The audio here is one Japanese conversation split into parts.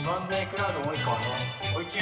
M&A クラウド及川の追いチュー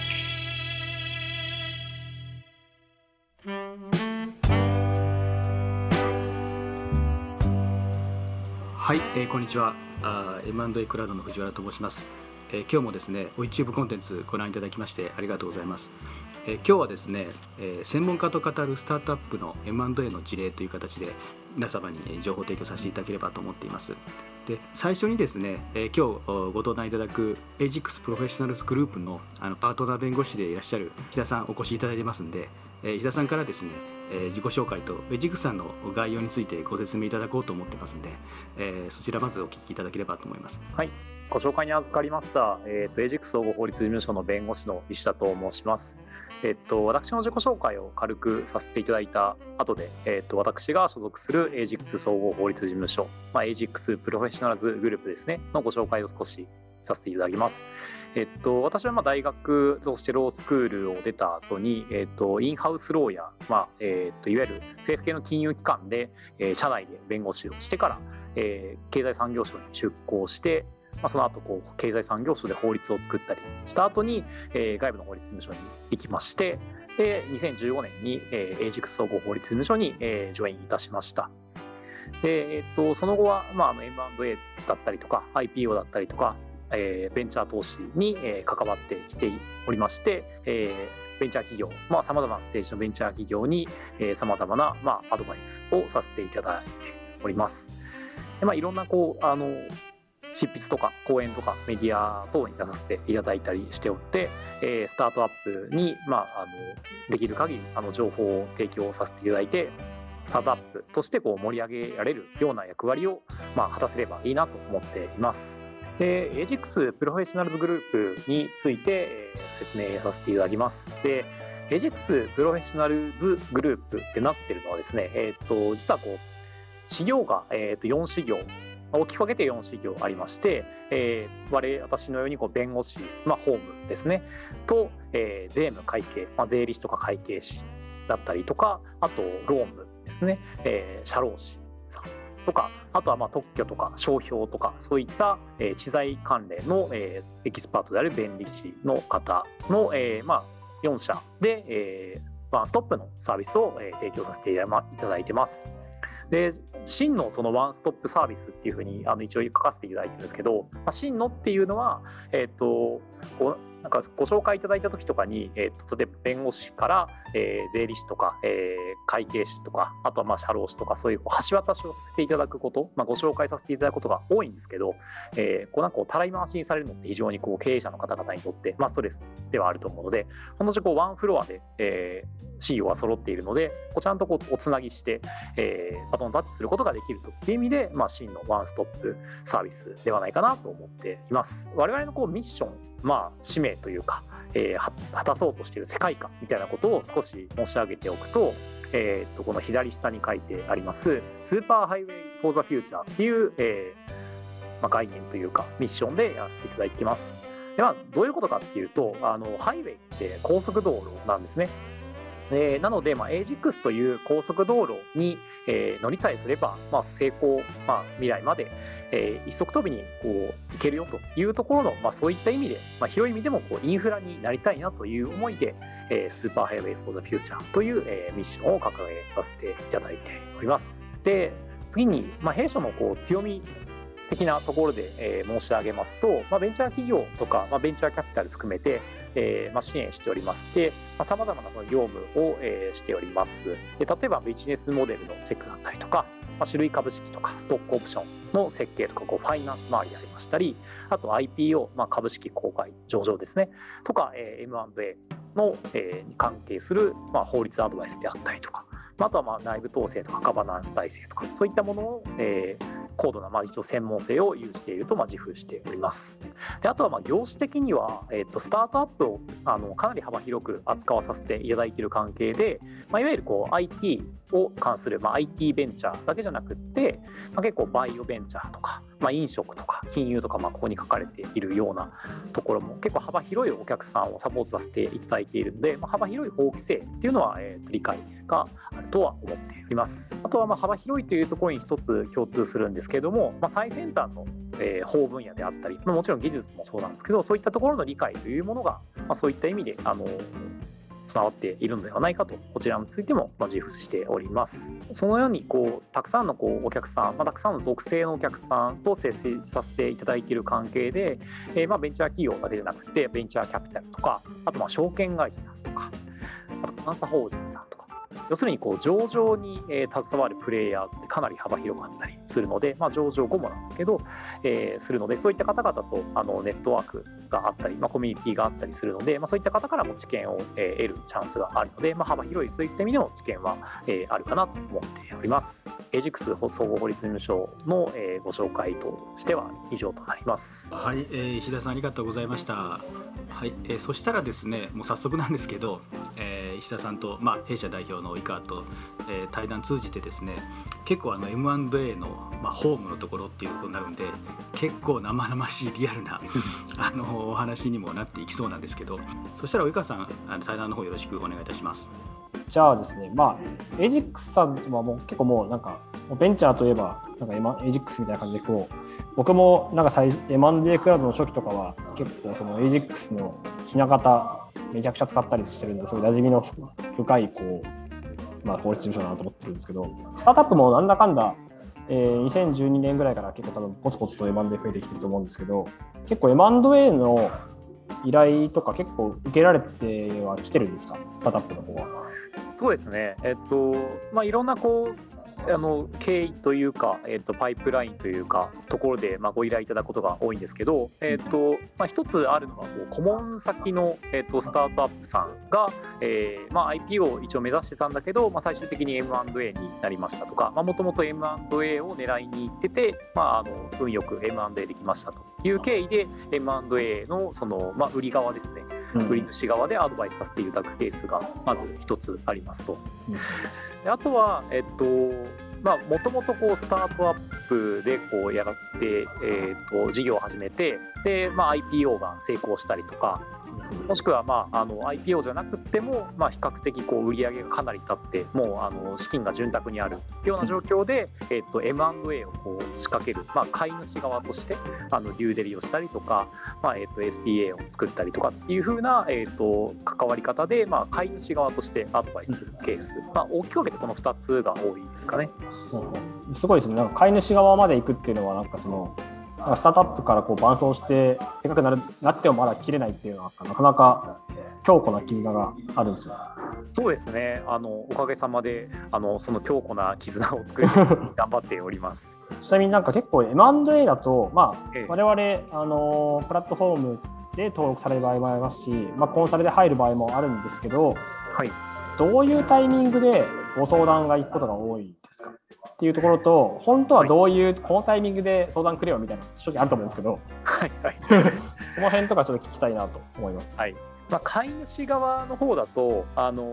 ブ。 はい、こんにちは。M&A クラウドの藤原と申します。今日もですね、追いチューブコンテンツご覧いただきましてありがとうございます。今日はですね、専門家と語るスタートアップの M&A の事例という形で皆様に情報提供させていただければと思っています。で、最初にですね、今日ご登壇いただく AGIX プロフェッショナルズグループのパートナー弁護士でいらっしゃる石田さんお越しいただいてますんで、石田さんからですね、自己紹介と AGIX さんの概要についてご説明いただこうと思ってますんで、そちらまずお聞きいただければと思います。 はい、ご紹介に預かりました、AGIX 総合法律事務所の弁護士の石田と申します。私の自己紹介を軽くさせていただいた後で、私が所属する AGIX 総合法律事務所、AGIX プロフェッショナルズグループですねのご紹介を少しさせていただきます。私は大学としてロースクールを出た後に、インハウスローヤー、いわゆる政府系の金融機関で、社内で弁護士をしてから、経済産業省に出向して、その後経済産業省で法律を作ったりした後に、外部の法律事務所に行きまして、で2015年に、AGIX 総合法律事務所に、ジョインいたしました。で、その後は、M&A だったりとか IPO だったりとか、ベンチャー投資に、関わってきておりまして、ベンチャー企業、さまざまなステージのベンチャー企業にさまざまな、アドバイスをさせていただいております。で、いろんな執筆とか講演とかメディア等に出させていただいたりしておって、スタートアップに、できる限り情報を提供させていただいて、スタートアップとして盛り上げられるような役割を、果たせればいいなと思っています。で、AGIX プロフェッショナルズグループについて、説明させていただきます。で、AGIX プロフェッショナルズグループってなってるのはですね、実は事業が、4事業、大きく分けて4事業ありまして、私のように弁護士、法務ですねと、税務会計、税理士とか会計士だったりとか、あと労務ですね、社労士さんとか、あとは特許とか商標とか、そういった、知財関連の、エキスパートである弁理士の方の、4社で、ワンストップのサービスを、提供させていただいてます。で、真のそのワンストップサービスっていうふうに一応書かせていただいてるんですけど、真のっていうのは、なんかご紹介いただいた時とかに、例えば弁護士から、税理士とか、会計士とか、あとは社労士とか、そういう橋渡しをさせていただくこと、ご紹介させていただくことが多いんですけど、なんかたらい回しにされるのって非常に経営者の方々にとって、ストレスではあると思うので、本当にワンフロアで、CEO が揃っているので、ちゃんとおつなぎして、バトンタッチすることができるという意味で、真のワンストップサービスではないかなと思っています。我々のミッション、使命というか、果たそうとしている世界観みたいなことを少し申し上げておくと、この左下に書いてありますスーパーハイウェイ・フォー・ザ・フューチャーっていう、概念というかミッションでやらせていただいています。で、どういうことかっていうと、ハイウェイって高速道路なんですね。なので、AGIX という高速道路に、乗りさえすれば、成功、未来まで、一足飛びに行けるよというところの、そういった意味で、広い意味でもインフラになりたいなという思いで、スーパーハイウェイ・フォー・ザ・フューチャーという、ミッションを掲げさせていただいております。で、次に、弊社の強み的なところで、申し上げますと、ベンチャー企業とか、ベンチャーキャピタル含めて、支援しておりまして、さまざまな業務を、しております。で、例えばビジネスモデルのチェックだったりとか、種類株式とかストックオプションの設計とかファイナンス周りでありましたり、あと IPO、株式公開上場ですねとか、M&A の、に関係する、法律アドバイスであったりとか、あとは内部統制とかガバナンス体制とか、そういったものを、高度な一応専門性を有していると自負しております。で、あとは業種的には、スタートアップをかなり幅広く扱わさせていただいている関係で、いわゆるIT を関する、IT ベンチャーだけじゃなくって、結構バイオベンチャーとか、飲食とか金融とか、ここに書かれているようなところも結構幅広いお客さんをサポートさせていただいているので、幅広い法規制っていうのは、理解があるとは思っております。あとは幅広いというところに一つ共通するんですけれども、最先端の法分野であったり、もちろん技術もそうなんですけど、そういったところの理解というものが、そういった意味でつながっているのではないかと、こちらについても自負しております。そのようにたくさんのお客さん、たくさんの属性のお客さんと接させていただいている関係で、ベンチャー企業だけでなくてベンチャーキャピタルとか、あと証券会社さんとか、あと監査法人さんとか、要するに上場に携わるプレイヤーってかなり幅広かったりするので、上場後もなんですけど、するので、そういった方々とネットワークがあったり、コミュニティがあったりするので、そういった方からも知見を得るチャンスがあるので、幅広いそういった意味での知見はあるかなと思っております。AGIX 総合法律事務所のご紹介としては以上となります。 はい、石田さんありがとうございました。はい、そしたらですね、もう早速なんですけど、石田さんと、弊社代表の及川と、対談通じてですね、結構M&A の、ホームのところっていうことになるんで、結構生々しいリアルなお話にもなっていきそうなんですけど、そしたら及川さん対談の方よろしくお願いいたします。 じゃあですね、AGIX さんはもう結構もうベンチャーといえばAGIX みたいな感じで僕もM&A クラウドの初期とかは結構その AGIX のひな形めちゃくちゃ使ったりしてるんで、そういう馴染みの深い法律事務所だなと思ってるんですけど、スタートアップもなんだかんだ、2012年ぐらいから結構多分ポツポツと M&A 増えてきてると思うんですけど、結構 M&A の依頼とか結構受けられてはきてるんですか、スタートアップの方は。 そうですね、いろんな経緯というか、パイプラインというかところでご依頼いただくことが多いんですけど、一つあるのは顧問先の、スタートアップさんが、IPO を一応目指してたんだけど、最終的に M&A になりましたとか、もともと M&A を狙いに行ってて、運よく M&A できましたという経緯で M&A の売り側ですね、売り主側でアドバイスさせていただくケースがまず一つありますと。であとは、もともとスタートアップでやって、事業を始めて、で、IPO が成功したりとか、もしくは、IPO じゃなくても、比較的売り上げがかなり立ってもう資金が潤沢にあるような状況で、M&A を仕掛ける、買い主側としてデューデリをしたりとか、SPA を作ったりとかっていう風な、関わり方で、買い主側としてアドバイスするケース、大きく分けてこの2つが多いですかね。 すごいですね。買い主側まで行くっていうのはスタートアップから伴走してでかくなってもまだ切れないっていうのはなかなか強固な絆があるんですよ。 そうですね、おかげさまでその強固な絆を作るように頑張っております。 ちなみに結構 M&A だと、我々、プラットフォームで登録される場合もありますし、コンサルで入る場合もあるんですけど、どういうタイミングでご相談が行くことが多いですかっていうところと、本当はどういう、このタイミングで相談くれよみたいな正直あると思うんですけど、その辺とかちょっと聞きたいなと思います。 買い主側の方だと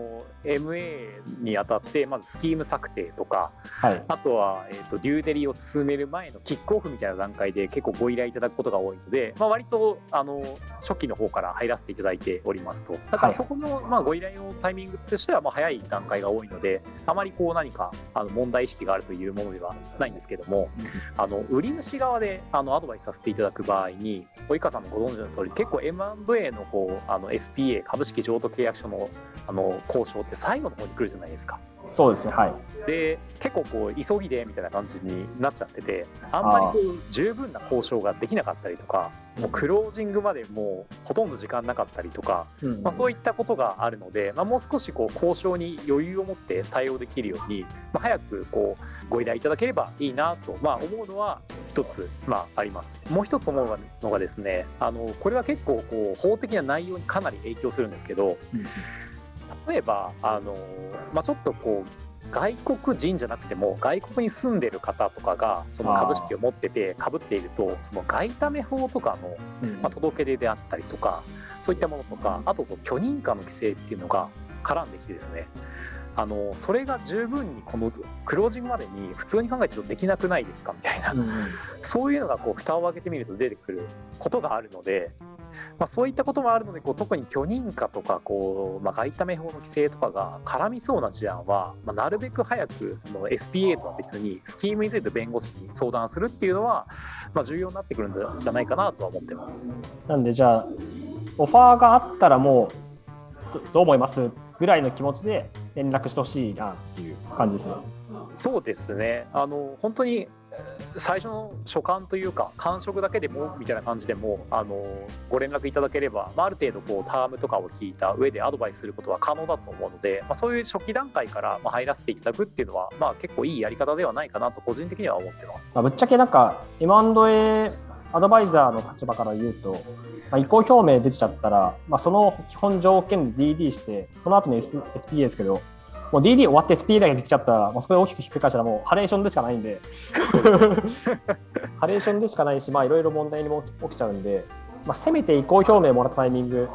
MA にあたってまずスキーム策定とか、あとは、デューデリを進める前のキックオフみたいな段階で結構ご依頼いただくことが多いので、割と初期の方から入らせていただいておりますと。だからそこの、ご依頼のタイミングとしては早い段階が多いので、あまり何か問題意識があるというものではないんですけども、売り主側でアドバイスさせていただく場合に、及川さんもご存知の通り結構 M&A のSPA 株式譲渡契約書の交渉って最後の方に来るじゃないですか。 そうですね、 で結構急ぎでみたいな感じになっちゃってて、あんまり十分な交渉ができなかったりとか、もうクロージングまでもうほとんど時間なかったりとか、そういったことがあるので、もう少し交渉に余裕を持って対応できるように、早くご依頼いただければいいなと、思うのは一つ、あります。もう一つ思うのがですね、これは結構法的な内容にかなり影響するんですけど、例えばちょっと外国人じゃなくても外国に住んでる方とかがその株式を持ってて被っていると、その外為法とかの届け出であったりとか、そういったものとか、あと許認可の規制っていうのが絡んできてですね、それが十分にこのクロージングまでに普通に考えてるとできなくないですかみたいな、そういうのが蓋を開けてみると出てくることがあるので、 そういったこともあるので、特に許認可とか外為法の規制とかが絡みそうな事案は、なるべく早くその SPA とは別にスキームについて弁護士に相談するっていうのは、重要になってくるんじゃないかなとは思ってます。 なんでじゃあオファーがあったらもうどう思いますぐらいの気持ちで連絡してほしいなっていう感じですよ。 そうですね、本当に最初の所感というか感触だけでもみたいな感じでもご連絡いただければ、ある程度タームとかを聞いた上でアドバイスすることは可能だと思うので、そういう初期段階から入らせていただくっていうのは、結構いいやり方ではないかなと個人的には思ってます。 ぶっちゃけなんか M&A アドバイザーの立場から言うと、意向表明出ちゃったら、その基本条件で DD してその後に SPA ですけど、もう DD 終わって SPA だけ来ちゃったら、そこで大きくひっくり返したらもうハレーションでしかないんでハレーションでしかないし、いろいろ問題にも起きちゃうんで、せめて意向表明もらったタイミング、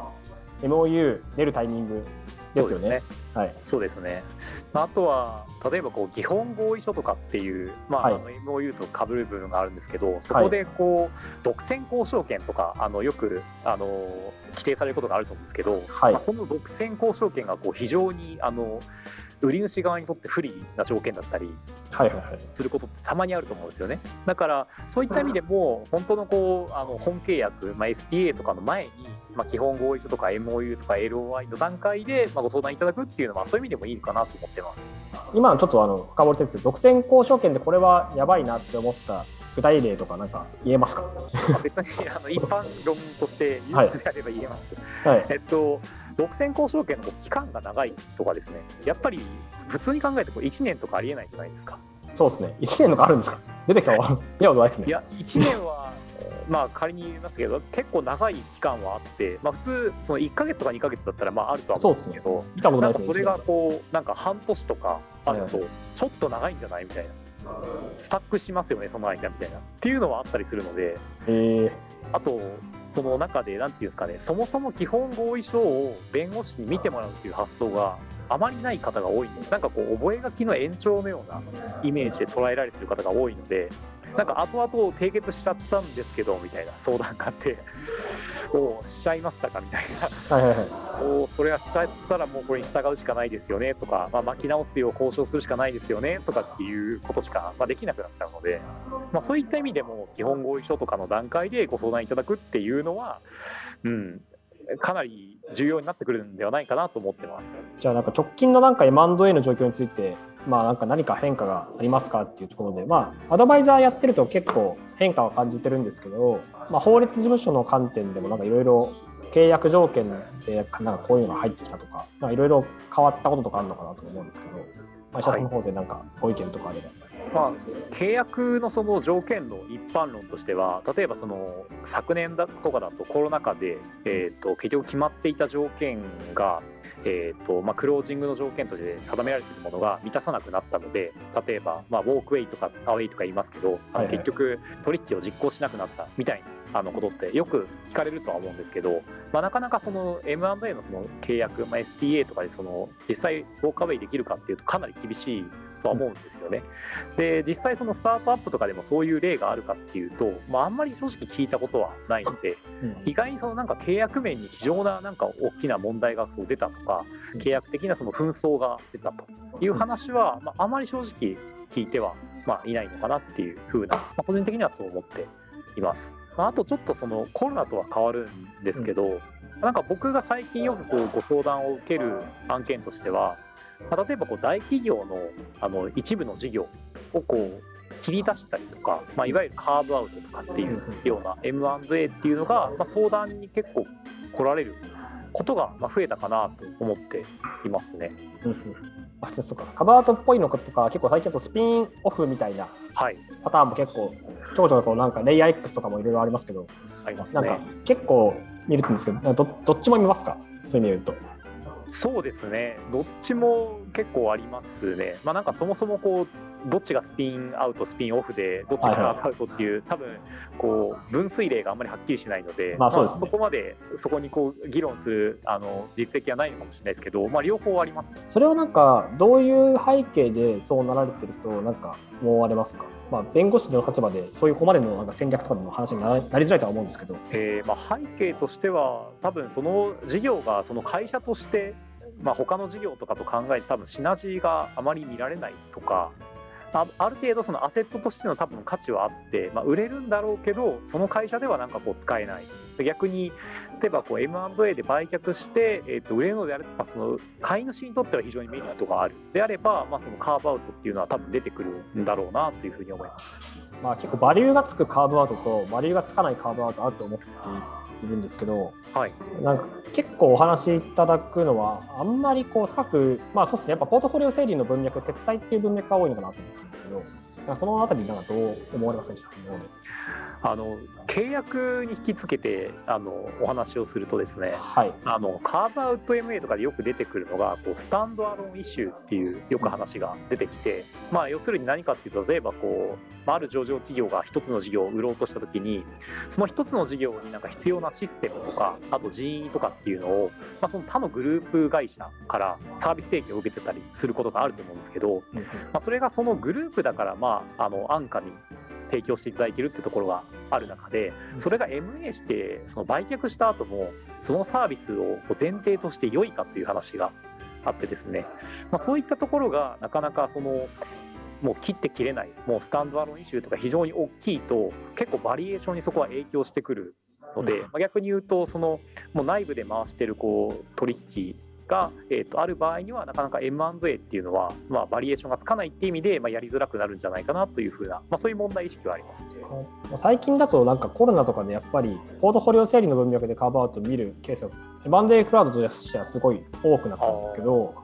MOU 出るタイミングですよね。 そうですね。あとは例えば基本合意書とかっていう、MOU と被る部分があるんですけど、そこで独占交渉権とかよく規定されることがあると思うんですけど、その独占交渉権が非常に売り主側にとって不利な条件だったりすることってたまにあると思うんですよね。だからそういった意味でも本当の本契約、SPA とかの前に、基本合意書とか MOU とか LOI の段階でご相談いただくっていうのは、そういう意味でもいいかなと思ってます。 今ちょっと深掘りたいんですけど、独占交渉権でこれはやばいなって思った具体例とかなんか言えますか？ 別に一般論として言うのであれば言えます。独占交渉権の期間が長いとかですね、やっぱり普通に考えて1年とかありえないじゃないですか。 そうですね。1年とかあるんですか？出てきたわ。いや、ないですね。 いや、1年は仮に言いますけど、結構長い期間はあって、普通その1ヶ月とか2ヶ月だったらあるとは思うんですけど、 見たことないですね。 それがなんか半年とかあるとちょっと長いんじゃないみたいな、スタックしますよねその間みたいなっていうのはあったりするので、あとその中でなんていうんですかね、そもそも基本合意書を弁護士に見てもらうっていう発想があまりない方が多いんで、なんか覚書の延長のようなイメージで捉えられている方が多いので、なんか後々締結しちゃったんですけどみたいな相談があってしちゃいましたかみたいな、それはしちゃったらもうこれに従うしかないですよねとか、巻き直すよう交渉するしかないですよねとかっていうことしかできなくなっちゃうので、そういった意味でも基本合意書とかの段階でご相談いただくっていうのは、かなり重要になってくるんではないかなと思ってます。 じゃあなんか直近のなんか M&A の状況について、なんか何か変化がありますかっていうところで、アドバイザーやってると結構変化は感じてるんですけど、法律事務所の観点でもなんかいろいろ契約条件でなんかこういうのが入ってきたとか、いろいろ変わったこととかあるのかなと思うんですけど、石田さんの方でなんかご意見とかあれば。 契約のその条件の一般論としては、例えばその昨年とかだとコロナ禍で、結局決まっていた条件が、クロージングの条件として定められているものが満たさなくなったので、例えば、ウォークウェイとかアウェイとか言いますけど、結局取引を実行しなくなったみたいなことってよく聞かれるとは思うんですけど、なかなかその M&A のその契約、SPA とかでその実際ウォークアウェイできるかっていうとかなり厳しいとは思うんですよね。で、実際そのスタートアップとかでもそういう例があるかっていうと、あんまり正直聞いたことはないので、意外にそのなんか契約面に非常ななんか大きな問題がそう出たとか、契約的なその紛争が出たという話は、あまり正直聞いてはいないのかなっていう風な、個人的にはそう思っています。あとちょっとそのコロナとは変わるんですけど、なんか僕が最近よくご相談を受ける案件としては、例えば大企業の一部の事業を切り出したりとか、いわゆるカーブアウトとかっていうような M&A っていうのが、相談に結構来られることが増えたかなと思っていますね。 そうか、カバーアウトっぽいのとか結構最近だとスピンオフみたいなパターンも結構ちょこちょこなんかレイヤー X とかもいろいろありますけど、 ありますね。 なんか結構見るんですけど、どっちも見ますか？そういう意味で言うと。 そうですね、どっちも結構ありますね。なんかそもそもどっちがスピンアウトスピンオフでどっちがカーブアウトっていう、多分こう分水嶺があんまりはっきりしないので、 そうですね、 そこまでそこにこう議論する実績はないのかもしれないですけど、両方ありますね。 それはなんかどういう背景でそうなられてるとなんか思われますか？弁護士の立場でそういうここまでのなんか戦略とかの話になりづらいとは思うんですけど、 背景としては多分その事業がその会社として他の事業とかと考えて多分シナジーがあまり見られないとか、ある程度そのアセットとしての多分価値はあって、売れるんだろうけどその会社ではなんかこう使えない。逆に例えばこう M&A で売却して、売れるのであればその買い主にとっては非常にメリットがあるであれば、そのカーブアウトっていうのは多分出てくるんだろうなというふうに思います。 結構バリューがつくカーブアウトとバリューがつかないカーブアウトあると思っているんですけど、なんか結構お話しいただくのはあんまりこう深く、そうですね、やっぱポートフォリオ整理の文脈、撤退っていう文脈が多いのかなと思ってるんですけど、そのあたりなんかどう思われますでしたか？ 契約に引き付けてお話をするとですね、 はい、 カーブアウト MA とかでよく出てくるのがこうスタンドアローンイシューっていうよく話が出てきて、要するに何かっていうと、例えばこう、ある上場企業が一つの事業を売ろうとしたときにその一つの事業になんか必要なシステムとかあと人員とかっていうのを、その他のグループ会社からサービス提供を受けてたりすることがあると思うんですけど、それがそのグループだから安価に提供していただいているってところがある中で、それが MA してその売却した後もそのサービスを前提として良いかという話があってですね、そういったところがなかなかそのもう切って切れない、もうスタンドアローンイシューとか非常に大きいと結構バリエーションにそこは影響してくるので、逆に言うとそのもう内部で回しているこう取引が、ある場合にはなかなか M&A っていうのは、バリエーションがつかないっていう意味で、やりづらくなるんじゃないかなというふうな、そういう問題意識はありますね。 最近だとなんかコロナとかでやっぱりポートフォリオ整理の文脈でカーブアウト見るケースが M&A クラウドとしてはすごい多くなったんですけど、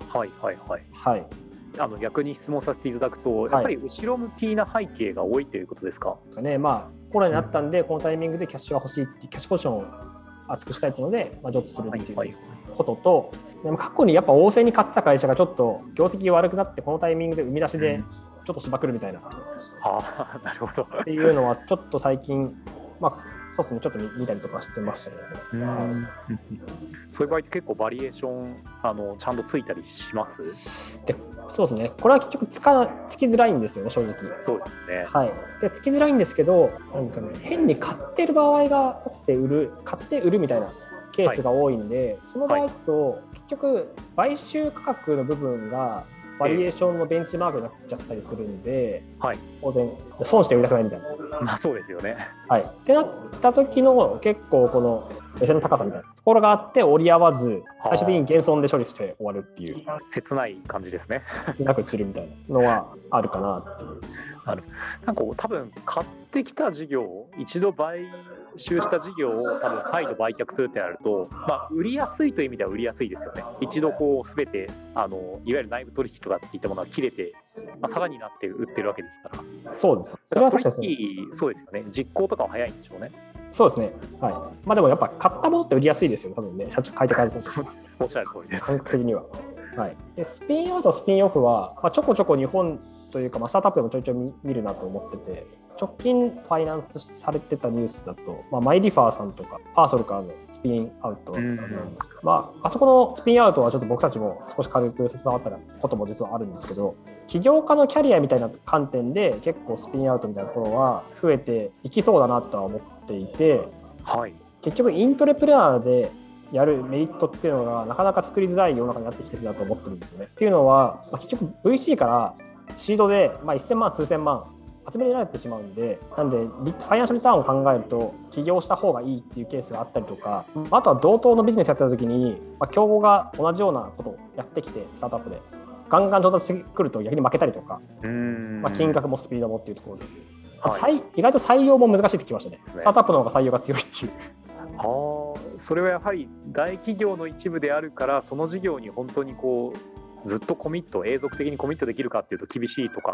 逆に質問させていただくと、やっぱり後ろ向きな背景が多いということですか？ コロナになったんで、このタイミングでキャッシュが欲しいっていうキャッシュポジションを厚くしたいというので、譲渡するっていうことと、過去にやっぱ旺盛に買った会社がちょっと業績が悪くなってこのタイミングで生み出しでちょっとしばくるみたいな、 なるほどっていうのはちょっと最近そうですね、ちょっと見たりとかしてましたね。 そういう場合って結構バリエーションちゃんとついたりします？ そうですね、これは結局つきづらいんですよね、正直。 そうですね。 でつきづらいんですけど、なんですかね、変に買ってる場合があって買って売るみたいなケースが多いんで、その場合だと結局買収価格の部分がバリエーションのベンチマークになっちゃったりするんで、当然損して売りたくないみたいな。 そうですよね。 ってなった時の結構この目線の高さみたいなところがあって折り合わず最終的に減損で処理して終わるっていう切ない感じですね。 なく散るみたいなのはあるかなっていう。 なんか多分買ってきた事業を一度買収した事業を多分再度売却するってなると、売りやすいという意味では売りやすいですよね。一度こう全ていわゆる内部取引とかっていったものが切れて、さらになって売ってるわけですから。 そうです。それは確かにそうですよね。実行とかは早いんでしょうね。 そうですね。でもやっぱ買ったものって売りやすいですよね。多分ね、社長買い手からおっしゃる通りです。 感覚的には。でスピンアウトスピンオフは、ちょこちょこ日本というか、スタートアップでもちょいちょい見るなと思ってて、直近ファイナンスされてたニュースだと、マイリファーさんとかパーソルからのスピンアウトなんですけど、あそこのスピンアウトはちょっと僕たちも少し軽く伝わったことも実はあるんですけど、起業家のキャリアみたいな観点で結構スピンアウトみたいなところは増えていきそうだなとは思っていて、結局イントレプレナーでやるメリットっていうのがなかなか作りづらい世の中になってきてるなと思ってるんですよね。っていうのは、結局 VC からシードで1000万数千万集められてしまうんで、なんでファイナンシャルリターンを考えると起業した方がいいっていうケースがあったりとか、あとは同等のビジネスやってた時に、競合が同じようなことをやってきてスタートアップでガンガン上達してくると逆に負けたりとか、金額もスピードもっていうところで、意外と採用も難しいってきましたね。スタートアップの方が採用が強いっていう。 それはやはり大企業の一部であるから、その事業に本当にこうずっと永続的にコミットできるかっていうと厳しいとか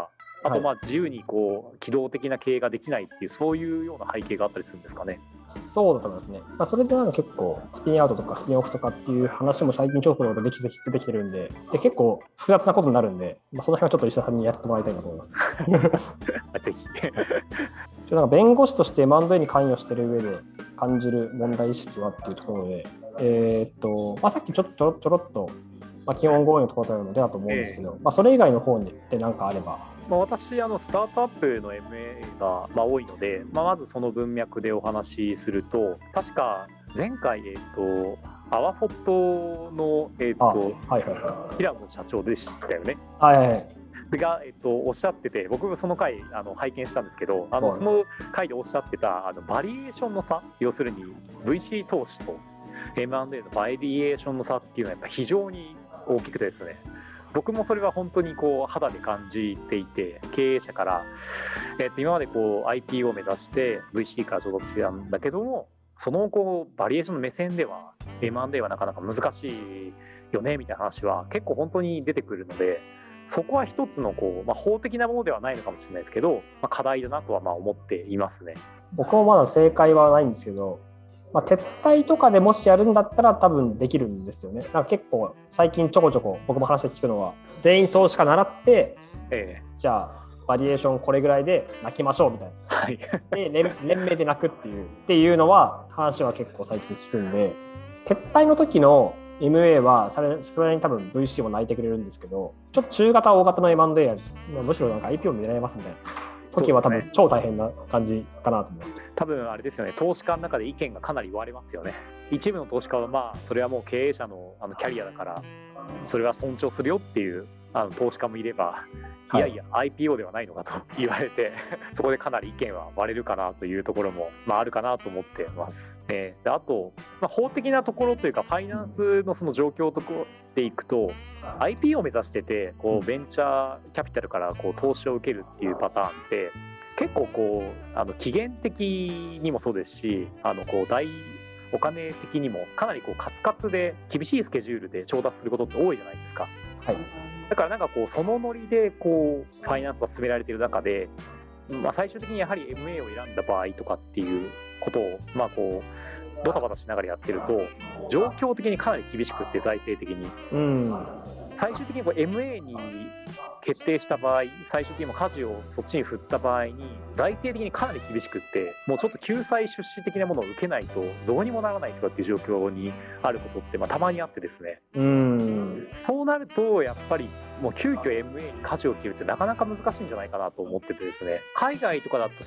あと自由にこう機動的な経営ができないっていうそういうような背景があったりするんですかね。 そうだと思いますね。それでなんか結構スピンアウトとかスピンオフとかっていう話も最近ちょっと出てきてるんで、結構複雑なことになるんで、その辺はちょっと石田さんにやってもらいたいなと思います。 ぜひなんか弁護士として M&A に関与している上で感じる問題意識はっていうところで、さっきちょろっと、基本合意のところで出たと思うんですけど、それ以外の方にって何かあれば。 私スタートアップの MA が多いので、まずその文脈でお話しすると、確か前回アワフォットの平野社長でしたよね。が、おっしゃってて、僕もその回拝見したんですけど、その回でおっしゃってたバリエーションの差、要するに VC 投資と M&A のバリエーションの差っていうのはやっぱ非常に大きくてですね、僕もそれは本当に肌で感じていて、経営者から、今までIP を目指して VC から所属してたんだけども、そのバリエーションの目線では M&A はなかなか難しいよねみたいな話は結構本当に出てくるので、そこは一つの法的なものではないのかもしれないですけど、課題だなとは思っていますね。 僕もまだ正解はないんですけど、撤退とかでもしやるんだったら多分できるんですよね。なんか結構最近ちょこちょこ僕も話で聞くのは、全員投資家習って、じゃあバリエーションこれぐらいで泣きましょうみたいな、で連名で泣くっていうのは話は結構最近聞くんで、撤退の時の MA はそれに多分 VC も泣いてくれるんですけど、ちょっと中型大型の M&A やむしろなんか IPO も狙えますみたいな時は多分超大変な感じかなと思います。 多分あれですよね、投資家の中で意見がかなり割れますよね。一部の投資家はそれはもう経営者のキャリアだからそれは尊重するよっていう投資家もいれば、いやいや IPO ではないのかと言われてそこでかなり意見は割れるかなというところもあるかなと思ってます。であと、法的なところというかファイナンスのその状況とでいくと、 IPO を目指しててベンチャーキャピタルから投資を受けるっていうパターンって結構期限的にもそうですし、お金的にもかなりカツカツで厳しいスケジュールで調達することって多いじゃないですか。だからそのノリでファイナンスが進められている中で、最終的にやはり MA を選んだ場合とかっていうことをドタバタしながらやってると状況的にかなり厳しくって、財政的に、最終的にMA に決定した場合、最終的に舵をそっちに振った場合に財政的にかなり厳しくって、もうちょっと救済出資的なものを受けないとどうにもならないとかっていう状況にあることってたまにあってですね、そうなるとやっぱりもう急遽 MA に舵を切るってなかなか難しいんじゃないかなと思っててですね、海外とかだと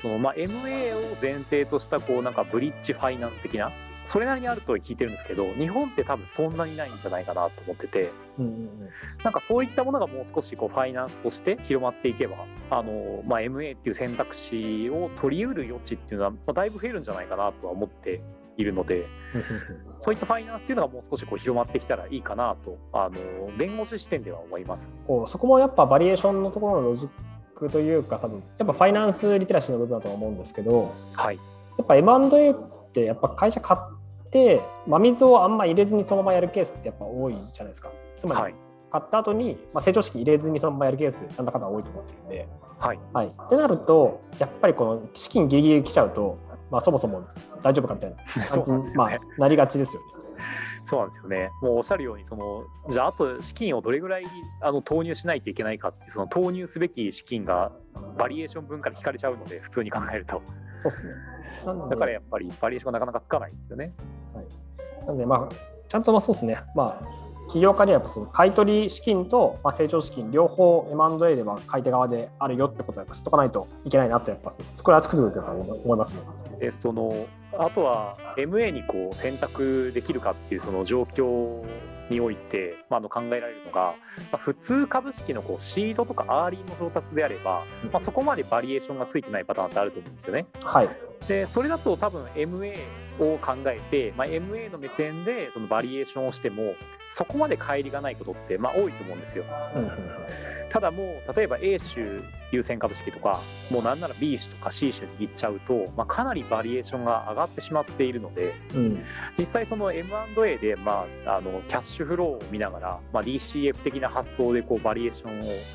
MA を前提としたなんかブリッジファイナンス的なそれなりにあると聞いてるんですけど、日本って多分そんなにないんじゃないかなと思ってて、なんかそういったものがもう少しファイナンスとして広まっていけば、MA っていう選択肢を取り得る余地っていうのはだいぶ増えるんじゃないかなとは思っているのでそういったファイナンスっていうのがもう少し広まってきたらいいかなと弁護士視点では思います。 そこもやっぱバリエーションのところのロジックというか、多分やっぱファイナンスリテラシーの部分だと思うんですけど、やっぱ M&A ってやっぱ会社買って真水をあんま入れずにそのままやるケースってやっぱ多いじゃないですか。つまり買った後に成長資金入れずにそのままやるケースなんだかんだ多いと思ってるんで、ってなるとやっぱりこの資金ギリギリ来ちゃうと、そもそも大丈夫かみたいな感じに、なりがちですよね。 そうなんですよね。もうおっしゃるようにじゃああと資金をどれぐらい投入しないといけないかっていう、その投入すべき資金がバリエーション分から引かれちゃうので、普通に考えるとそうですね。 だからやっぱりバリエーションがなかなかつかないんですよね。 なのでちゃんとそうですね、起業家にはその買い取り資金と成長資金両方 M&A では買い手側であるよってことは知っとかないといけないなと、やっぱこれはつくづく思いますね。 であとは MA に選択できるかっていうその状況において、考えられるのが、普通株式のシードとかアーリーの調達であれば、そこまでバリエーションがついてないパターンってあると思うんですよね。でそれだと多分 MA を考えて、MA の目線でそのバリエーションをしてもそこまで乖離がないことって多いと思うんですよ。ただもう例えば A 種優先株式とか、もうなんなら B 種とか C 種に行っちゃうと、かなりバリエーションが上がってしまっているので、実際その M&A で、キャッシュフローを見ながら、DCF 的な発想でバリエーションを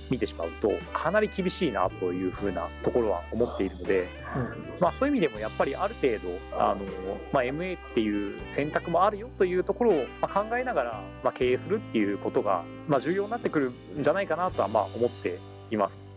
見てしまうとかなり厳しいなというふうなところは思っているので、そういう意味でもやっぱりある程度MA っていう選択もあるよというところを考えながら経営するっていうことが重要になってくるんじゃないかなとは思っています。